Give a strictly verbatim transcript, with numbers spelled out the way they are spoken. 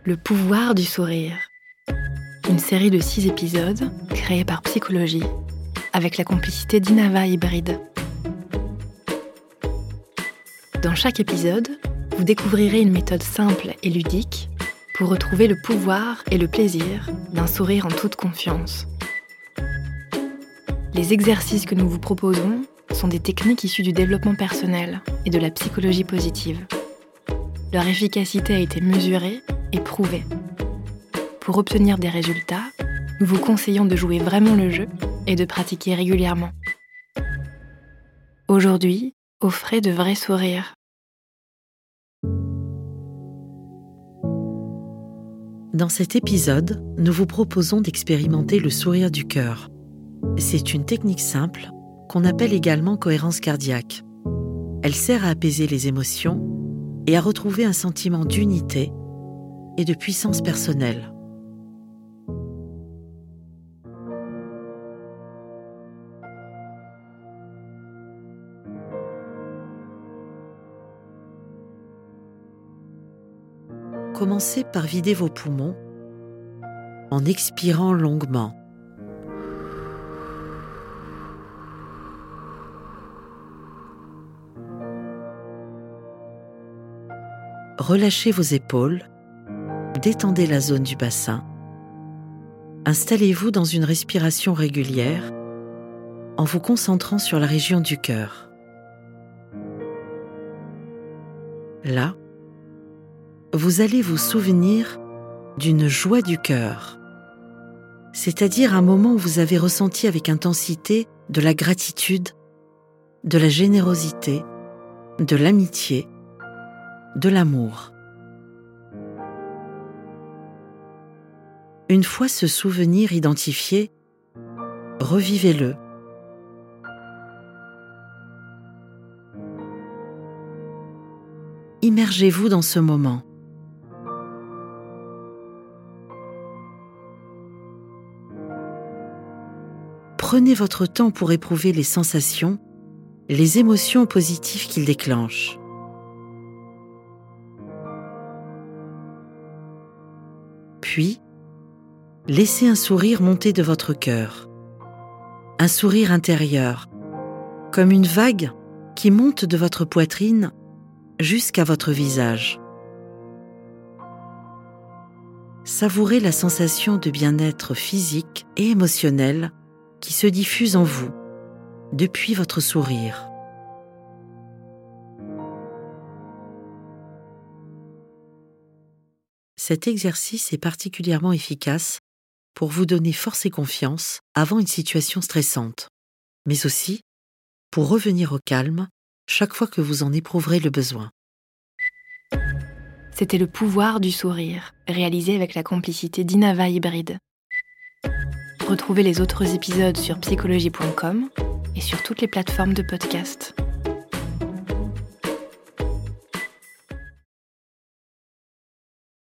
Le pouvoir du sourire. Une série de six épisodes créée par Psychologie avec la complicité d'Inava Hybride. Dans chaque épisode, vous découvrirez une méthode simple et ludique pour retrouver le pouvoir et le plaisir d'un sourire en toute confiance. Les exercices que nous vous proposons sont des techniques issues du développement personnel et de la psychologie positive. Leur efficacité a été mesurée et prouvée. Pour obtenir des résultats, nous vous conseillons de jouer vraiment le jeu et de pratiquer régulièrement. Aujourd'hui, offrez de vrais sourires. Dans cet épisode, nous vous proposons d'expérimenter le sourire du cœur. C'est une technique simple qu'on appelle également cohérence cardiaque. Elle sert à apaiser les émotions et à retrouver un sentiment d'unité et de puissance personnelle. Commencez par vider vos poumons en expirant longuement. Relâchez vos épaules, détendez la zone du bassin. Installez-vous dans une respiration régulière en vous concentrant sur la région du cœur. Là, vous allez vous souvenir d'une joie du cœur, c'est-à-dire un moment où vous avez ressenti avec intensité de la gratitude, de la générosité, de l'amitié, de l'amour. Une fois ce souvenir identifié, revivez-le. Immergez-vous dans ce moment. Prenez votre temps pour éprouver les sensations, les émotions positives qu'il déclenche. Puis, laissez un sourire monter de votre cœur. Un sourire intérieur, comme une vague qui monte de votre poitrine jusqu'à votre visage. Savourez la sensation de bien-être physique et émotionnel qui se diffuse en vous depuis votre sourire. Cet exercice est particulièrement efficace pour vous donner force et confiance avant une situation stressante, mais aussi pour revenir au calme chaque fois que vous en éprouverez le besoin. C'était le pouvoir du sourire, réalisé avec la complicité d'Inava Hybride. Retrouvez les autres épisodes sur psychologie point com et sur toutes les plateformes de podcast.